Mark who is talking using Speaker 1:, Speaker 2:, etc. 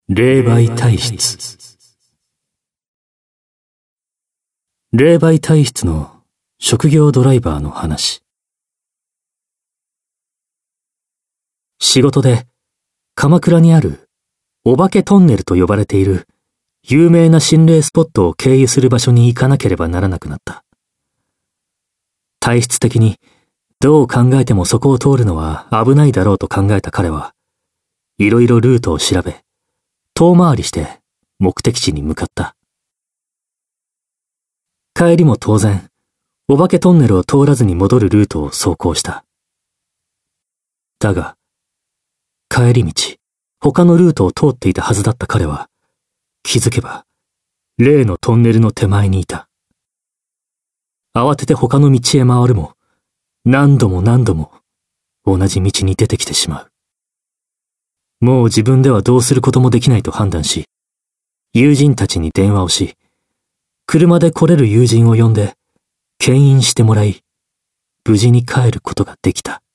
Speaker 1: 霊媒体質。霊媒体質の職業ドライバーの話。仕事で鎌倉にあるお化けトンネルと呼ばれている有名な心霊スポットを経由する場所に行かなければならなくなった。体質的にどう考えてもそこを通るのは危ないだろうと考えた彼は、いろいろルートを調べ、遠回りして目的地に向かった。帰りも当然、お化けトンネルを通らずに戻るルートを走行した。だが、帰り道、他のルートを通っていたはずだった彼は、気づけば、例のトンネルの手前にいた。慌てて他の道へ回るも、何度も何度も同じ道に出てきてしまう。もう自分ではどうすることもできないと判断し、友人たちに電話をし、車で来れる友人を呼んで、牽引してもらい、無事に帰ることができた。